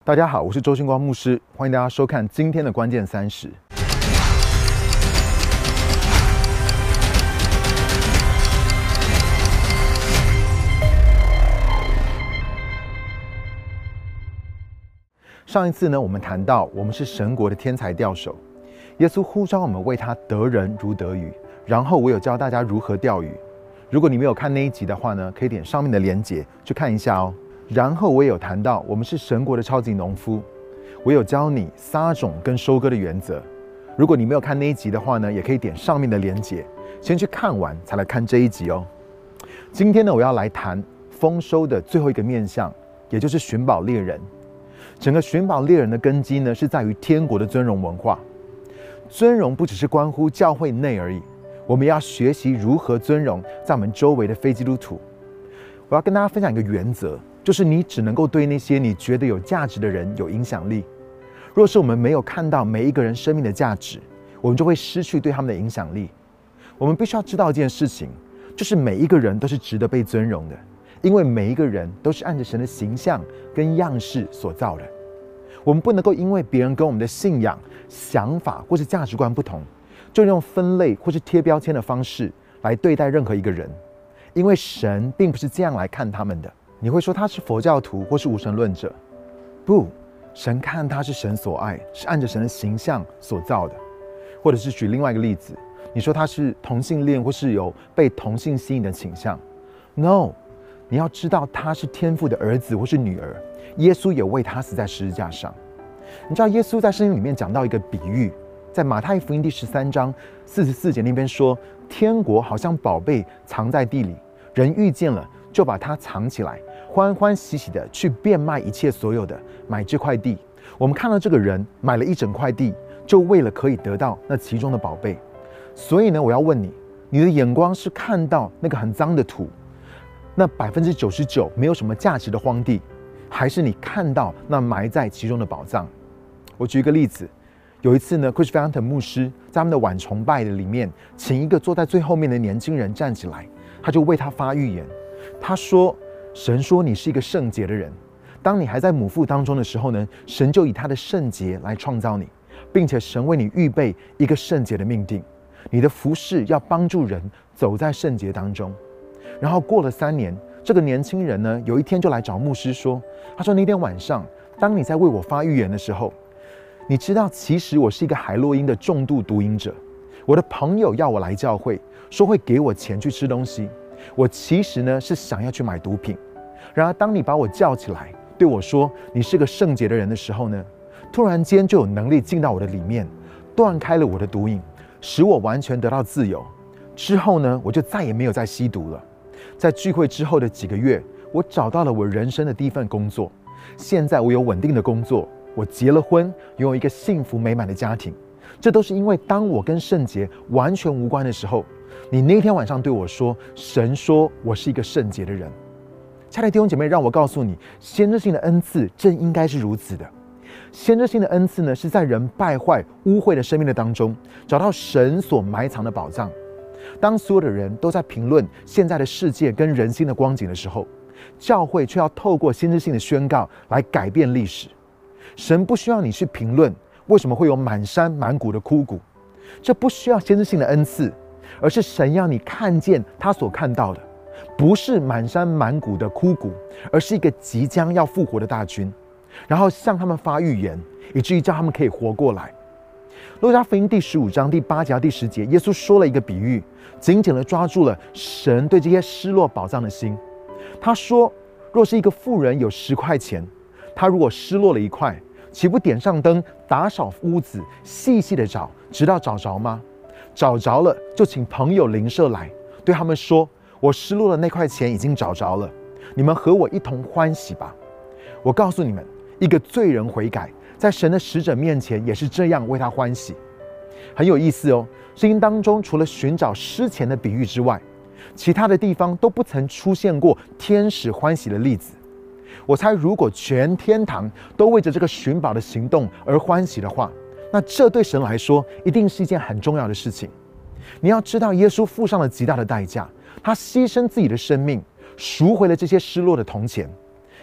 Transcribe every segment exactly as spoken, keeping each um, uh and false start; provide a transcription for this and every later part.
大家好，我是周星光牧师，欢迎大家收看今天的关键三十。上一次呢，我们谈到我们是神国的天才钓手，耶稣呼召我们为他得人如得鱼，然后我有教大家如何钓鱼。如果你没有看那一集的话呢，可以点上面的连结去看一下哦。然后我也有谈到我们是神国的超级农夫，我有教你撒种跟收割的原则。如果你没有看那一集的话呢，也可以点上面的连结，先去看完才来看这一集哦。今天呢，我要来谈丰收的最后一个面向，也就是寻宝猎人。整个寻宝猎人的根基呢，是在于天国的尊荣文化。尊荣不只是关乎教会内而已，我们也要学习如何尊荣在我们周围的非基督徒。我要跟大家分享一个原则，就是你只能够对那些你觉得有价值的人有影响力。若是我们没有看到每一个人生命的价值，我们就会失去对他们的影响力。我们必须要知道一件事情，就是每一个人都是值得被尊荣的，因为每一个人都是按着神的形象跟样式所造的。我们不能够因为别人跟我们的信仰、想法或是价值观不同，就用分类或是贴标签的方式来对待任何一个人，因为神并不是这样来看他们的。你会说他是佛教徒或是无神论者，不，神看他是神所爱，是按着神的形象所造的。或者是举另外一个例子，你说他是同性恋或是有被同性吸引的倾向 ，No， 你要知道他是天父的儿子或是女儿，耶稣也为他死在十字架上。你知道耶稣在圣经里面讲到一个比喻，在马太福音第十三章四十四节那边说，天国好像宝贝藏在地里，人遇见了就把它藏起来，欢欢喜喜的去变卖一切所有的，买这块地。我们看到这个人买了一整块地，就为了可以得到那其中的宝贝。所以呢，我要问你，你的眼光是看到那个很脏的土，那百分之九十九没有什么价值的荒地，还是你看到那埋在其中的宝藏？我举一个例子，有一次呢 Chris Vallotton 牧师在他们的晚崇拜的里面，请一个坐在最后面的年轻人站起来，他就为他发预言。他说，神说你是一个圣洁的人，当你还在母腹当中的时候呢，神就以他的圣洁来创造你，并且神为你预备一个圣洁的命定，你的服事要帮助人走在圣洁当中。然后过了三年，这个年轻人呢，有一天就来找牧师说，他说那天晚上当你在为我发预言的时候，你知道其实我是一个海洛因的重度毒瘾者，我的朋友要我来教会，说会给我钱去吃东西，我其实呢是想要去买毒品。然而当你把我叫起来对我说你是个圣洁的人的时候呢，突然间就有能力进到我的里面，断开了我的毒瘾，使我完全得到自由。之后呢，我就再也没有再吸毒了。在聚会之后的几个月，我找到了我人生的第一份工作，现在我有稳定的工作，我结了婚，拥有一个幸福美满的家庭。这都是因为当我跟圣洁完全无关的时候，你那天晚上对我说，神说我是一个圣洁的人。亲爱的弟兄姐妹，让我告诉你，先知性的恩赐正应该是如此的。先知性的恩赐呢，是在人败坏污秽的生命的当中，找到神所埋藏的宝藏。当所有的人都在评论现在的世界跟人心的光景的时候，教会却要透过先知性的宣告来改变历史。神不需要你去评论为什么会有满山满谷的枯骨，这不需要先知性的恩赐，而是神要你看见他所看到的，不是满山满谷的枯骨，而是一个即将要复活的大军，然后向他们发预言，以至于叫他们可以活过来。路加福音第十五章第八节到第十节，耶稣说了一个比喻，紧紧地抓住了神对这些失落宝藏的心。他说，若是一个妇人有十块钱，他如果失落了一块，岂不点上灯，打扫屋子，细细的找，直到找着吗？找着了，就请朋友邻舍来，对他们说，我失落的那块钱已经找着了，你们和我一同欢喜吧。我告诉你们，一个罪人悔改，在神的使者面前也是这样为他欢喜。很有意思哦，圣经当中除了寻找失钱的比喻之外，其他的地方都不曾出现过天使欢喜的例子。我猜如果全天堂都为着这个寻宝的行动而欢喜的话，那这对神来说一定是一件很重要的事情。你要知道，耶稣付上了极大的代价，他牺牲自己的生命，赎回了这些失落的铜钱，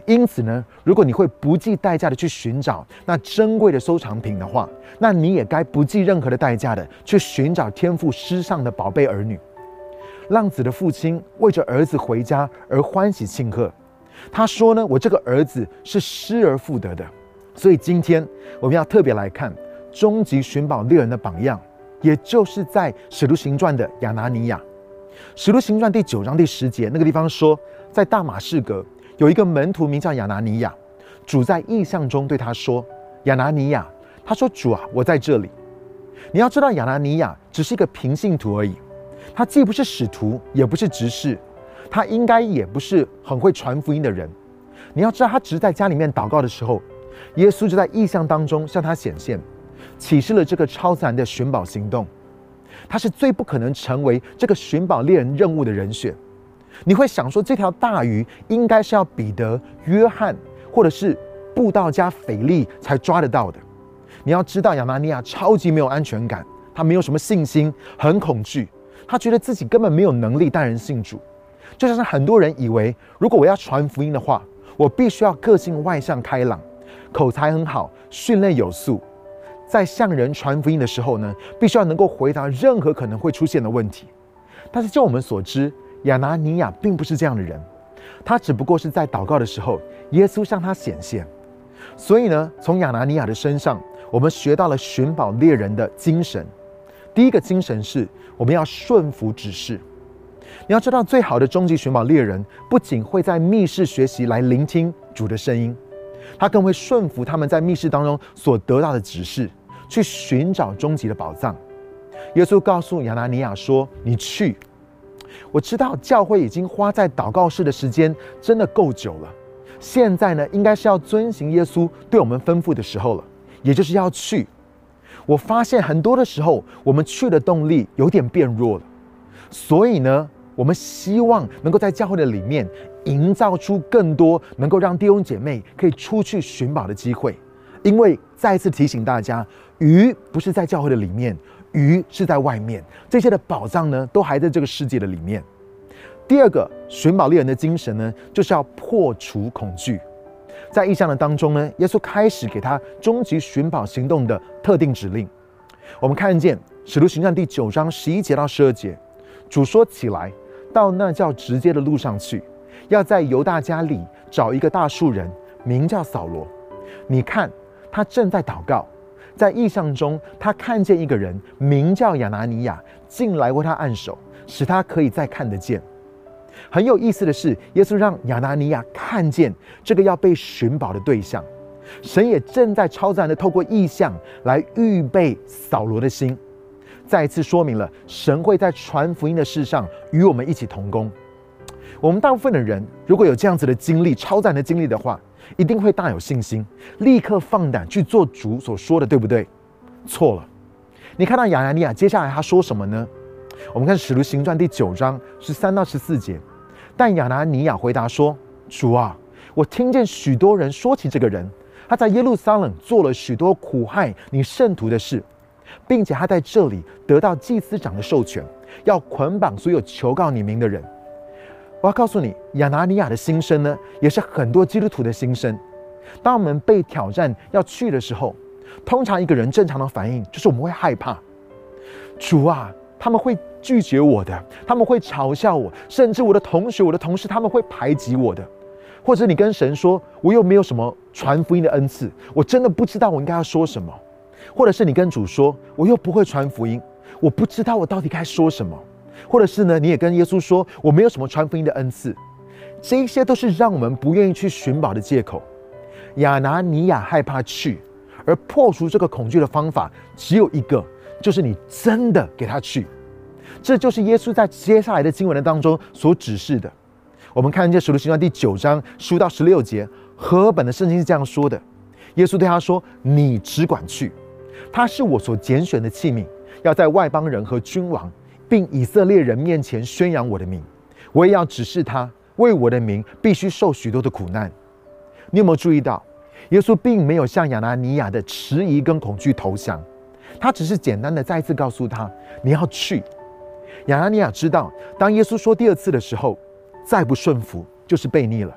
因此呢，如果你会不计代价的去寻找那珍贵的收藏品的话，那你也该不计任何的代价的去寻找天父失丧的宝贝儿女。浪子的父亲为着儿子回家而欢喜庆贺，他说呢，我这个儿子是失而复得的。所以今天我们要特别来看终极寻宝猎人的榜样，也就是在使徒行传的亚拿尼亚。使徒行传第九章第十节那个地方说，在大马士革有一个门徒名叫亚拿尼亚，主在异象中对他说，亚拿尼亚。他说，主啊，我在这里。你要知道，亚拿尼亚只是一个平信徒而已，他既不是使徒，也不是执事，他应该也不是很会传福音的人。你要知道，他只是在家里面祷告的时候，耶稣就在异象当中向他显现，启示了这个超自然的寻宝行动。他是最不可能成为这个寻宝猎人任务的人选。你会想说，这条大鱼应该是要彼得、约翰或者是布道家腓力才抓得到的。你要知道，亚拿尼亚超级没有安全感，他没有什么信心，很恐惧，他觉得自己根本没有能力带人信主。就像是很多人以为，如果我要传福音的话，我必须要个性外向开朗，口才很好，训练有素，在向人传福音的时候呢，必须要能够回答任何可能会出现的问题。但是就我们所知，亚拿尼亚并不是这样的人，他只不过是在祷告的时候，耶稣向他显现。所以呢，从亚拿尼亚的身上，我们学到了寻宝猎人的精神。第一个精神是，我们要顺服指示。你要知道，最好的终极寻宝猎人，不仅会在密室学习来聆听主的声音，他更会顺服他们在密室当中所得到的指示，去寻找终极的宝藏。耶稣告诉亚拿尼亚说，你去。我知道教会已经花在祷告室的时间真的够久了，现在呢，应该是要遵行耶稣对我们吩咐的时候了，也就是要去。我发现很多的时候，我们去的动力有点变弱了，所以呢，我们希望能够在教会的里面营造出更多能够让弟兄姐妹可以出去寻宝的机会。因为再一次提醒大家，鱼不是在教会的里面，鱼是在外面，这些的宝藏呢，都还在这个世界的里面。第二个寻宝猎人的精神呢，就是要破除恐惧。在异象的当中呢，耶稣开始给他终极寻宝行动的特定指令。我们看见使徒行传第九章十一节到十二节，主说，起来，到那叫直接的路上去，要在犹大家里找一个大数人，名叫扫罗。你看，他正在祷告。在异象中，他看见一个人名叫亚拿尼亚进来为他按手，使他可以再看得见。很有意思的是，耶稣让亚拿尼亚看见这个要被寻宝的对象，神也正在超自然的透过异象来预备扫罗的心，再一次说明了神会在传福音的事上与我们一起同工。我们大部分的人如果有这样子的经历，超自然的经历的话，一定会大有信心，立刻放胆去做主所说的，对不对？错了。你看到亚拿尼亚接下来他说什么呢？我们看使徒行传第九章十三到十四节。但亚拿尼亚回答说，主啊，我听见许多人说起这个人，他在耶路撒冷做了许多苦害你圣徒的事，并且他在这里得到祭司长的授权，要捆绑所有求告你名的人。我要告诉你，亚拿尼亚的心声呢，也是很多基督徒的心声。当我们被挑战要去的时候，通常一个人正常的反应就是我们会害怕。主啊，他们会拒绝我的，他们会嘲笑我，甚至我的同学、我的同事，他们会排挤我的。或者你跟神说，我又没有什么传福音的恩赐，我真的不知道我应该要说什么。或者是你跟主说，我又不会传福音，我不知道我到底该说什么。或者是呢，你也跟耶稣说，我没有什么传福音的恩赐。这些都是让我们不愿意去寻宝的借口。亚拿尼亚害怕去，而破除这个恐惧的方法只有一个，就是你真的给他去。这就是耶稣在接下来的经文的当中所指示的。我们看见使徒行传第九章十五到十六节，和合本的圣经是这样说的：耶稣对他说，你只管去，他是我所拣选的器皿，要在外邦人和君王并以色列人面前宣扬我的名，我也要指示他为我的名必须受许多的苦难。你有没有注意到，耶稣并没有向亚拿尼亚的迟疑跟恐惧投降，他只是简单的再一次告诉他，你要去。亚拿尼亚知道，当耶稣说第二次的时候，再不顺服就是悖逆了。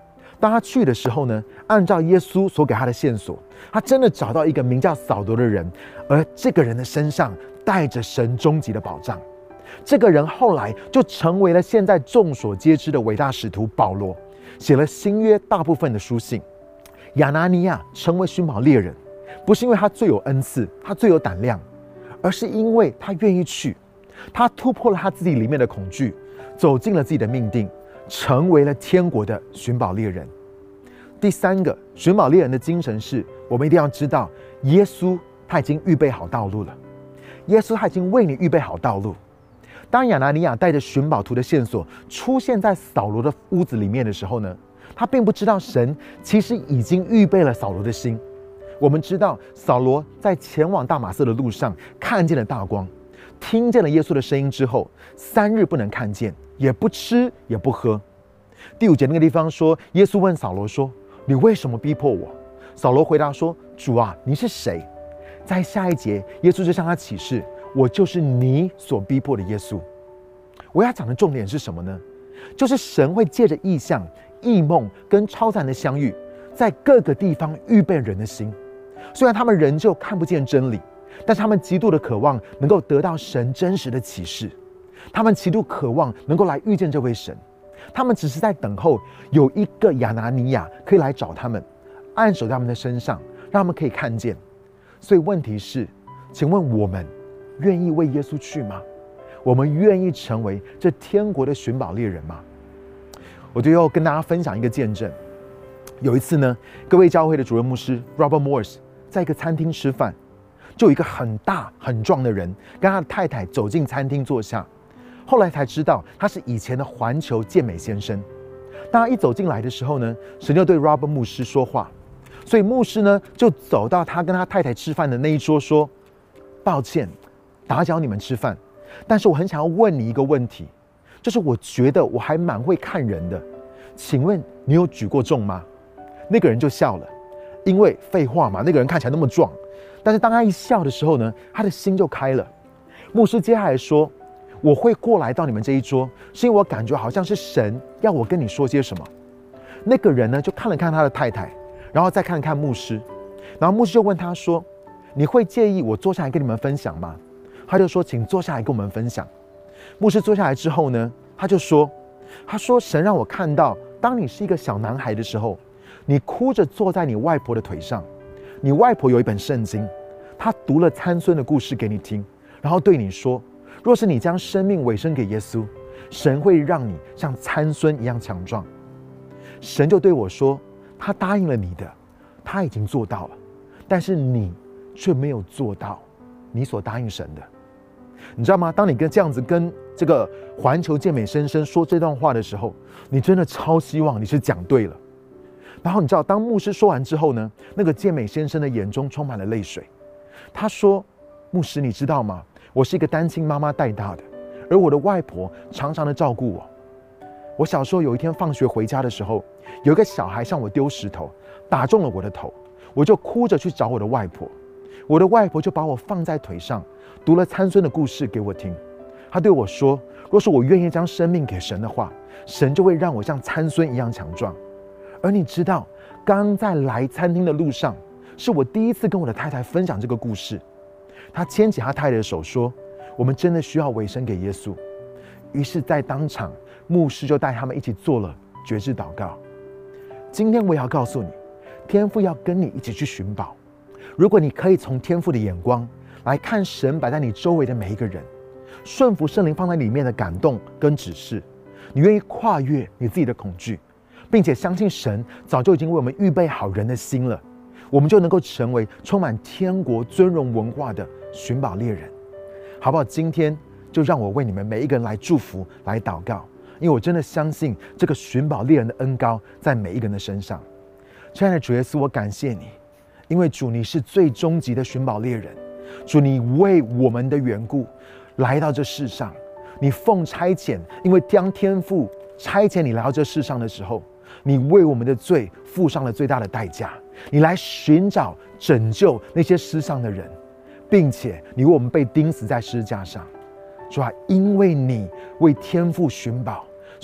当他去的时候呢，按照耶稣所给他的线索，他真的找到一个名叫扫罗的人，而这个人的身上带着神终极的保障。这个人后来就成为了现在众所皆知的伟大使徒保罗，写了新约大部分的书信。亚拿尼亚成为寻宝猎人，不是因为他最有恩赐，他最有胆量，而是因为他愿意去，他突破了他自己里面的恐惧，走进了自己的命定，成为了天国的寻宝猎人。第三个，寻宝猎人的精神是，我们一定要知道，耶稣他已经预备好道路了。耶稣他已经为你预备好道路。当亚拿尼亚带着寻宝图的线索出现在扫罗的屋子里面的时候呢，他并不知道神其实已经预备了扫罗的心。我们知道扫罗在前往大马色的路上看见了大光，听见了耶稣的声音之后，三日不能看见，也不吃也不喝。第五节那个地方说，耶稣问扫罗说，你为什么逼迫我？扫罗回答说，主啊，你是谁？在下一节，耶稣就向他启示，我就是你所逼迫的耶稣。我要讲的重点是什么呢？就是神会借着异象、异梦跟超自然的相遇，在各个地方预备人的心。虽然他们仍旧看不见真理，但是他们极度的渴望能够得到神真实的启示。他们极度渴望能够来遇见这位神。他们只是在等候有一个亚拿尼亚可以来找他们，按手在他们的身上，让他们可以看见。所以问题是，请问我们愿意为耶稣去吗？我们愿意成为这天国的寻宝猎人吗？我就要跟大家分享一个见证。有一次呢，各位教会的主任牧师 Robert Morris 在一个餐厅吃饭，就有一个很大很壮的人跟他的太太走进餐厅坐下。后来才知道他是以前的环球健美先生。当他一走进来的时候呢，神就对 Robert 牧师说话，所以牧师呢就走到他跟他太太吃饭的那一桌说，抱歉打搅你们吃饭，但是我很想要问你一个问题，就是我觉得我还蛮会看人的，请问你有举过重吗？那个人就笑了，因为废话嘛，那个人看起来那么壮。但是当他一笑的时候呢，他的心就开了。牧师接下来说，我会过来到你们这一桌，是因为我感觉好像是神要我跟你说些什么。那个人呢就看了看他的太太，然后再看了看牧师，然后牧师就问他说，你会介意我坐下来跟你们分享吗？他就说，请坐下来跟我们分享。牧师坐下来之后呢，他就说，他说神让我看到，当你是一个小男孩的时候，你哭着坐在你外婆的腿上，你外婆有一本圣经，她读了参孙的故事给你听，然后对你说，若是你将生命委身给耶稣，神会让你像参孙一样强壮。神就对我说，他答应了你的，他已经做到了，但是你却没有做到你所答应神的。你知道吗？当你跟这样子跟这个环球健美先生说这段话的时候，你真的超希望你是讲对了。然后你知道，当牧师说完之后呢，那个健美先生的眼中充满了泪水。他说，牧师你知道吗？我是一个单亲妈妈带大的，而我的外婆常常的照顾我。我小时候有一天放学回家的时候，有一个小孩向我丢石头，打中了我的头，我就哭着去找我的外婆。我的外婆就把我放在腿上，读了参孙的故事给我听。她对我说，若是我愿意将生命给神的话，神就会让我像参孙一样强壮。而你知道，刚在来餐厅的路上，是我第一次跟我的太太分享这个故事。他牵起他太太的手说，我们真的需要委身给耶稣。于是在当场，牧师就带他们一起做了决志祷告。今天我也要告诉你，天父要跟你一起去寻宝。如果你可以从天父的眼光来看神摆在你周围的每一个人，顺服圣灵放在里面的感动跟指示，你愿意跨越你自己的恐惧，并且相信神早就已经为我们预备好人的心了，我们就能够成为充满天国尊荣文化的寻宝猎人，好不好？今天就让我为你们每一个人来祝福，来祷告，因为我真的相信这个寻宝猎人的恩膏在每一个人的身上。亲爱的主耶稣，我感谢你，因为主你是最终极的寻宝猎人，主你为我们的缘故来到这世上，你奉差遣，因为当天父差遣你来到这世上的时候，你为我们的罪付上了最大的代价，你来寻找拯救那些失丧的人，并且你为我们被钉死在十字架上。主啊，因为你为天父寻宝，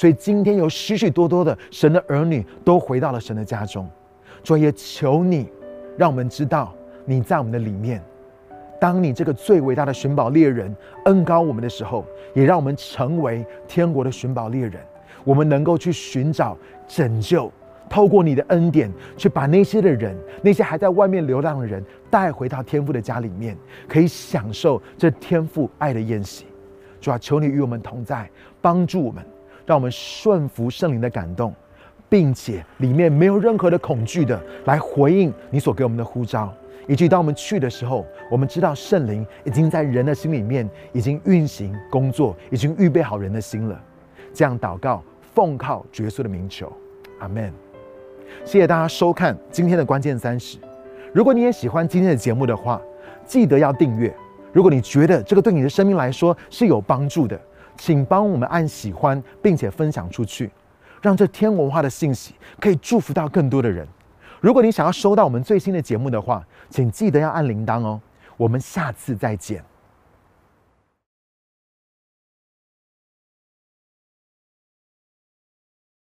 所以今天有许许多多的神的儿女都回到了神的家中。主也求你让我们知道你在我们的里面。当你这个最伟大的寻宝猎人恩膏我们的时候，也让我们成为天国的寻宝猎人。我们能够去寻找拯救，透过你的恩典去把那些的人，那些还在外面流浪的人带回到天父的家里面，可以享受这天父爱的宴席。主啊，求你与我们同在，帮助我们，让我们顺服圣灵的感动，并且里面没有任何的恐惧的来回应你所给我们的呼召。以及当我们去的时候，我们知道圣灵已经在人的心里面已经运行工作，已经预备好人的心了。这样祷告，奉靠主耶稣的名求，阿们。谢谢大家收看今天的关键三十。如果你也喜欢今天的节目的话，记得要订阅。如果你觉得这个对你的生命来说是有帮助的，请帮我们按喜欢，并且分享出去，让这天文化的信息可以祝福到更多的人。如果你想要收到我们最新的节目的话，请记得要按铃铛哦。我们下次再见。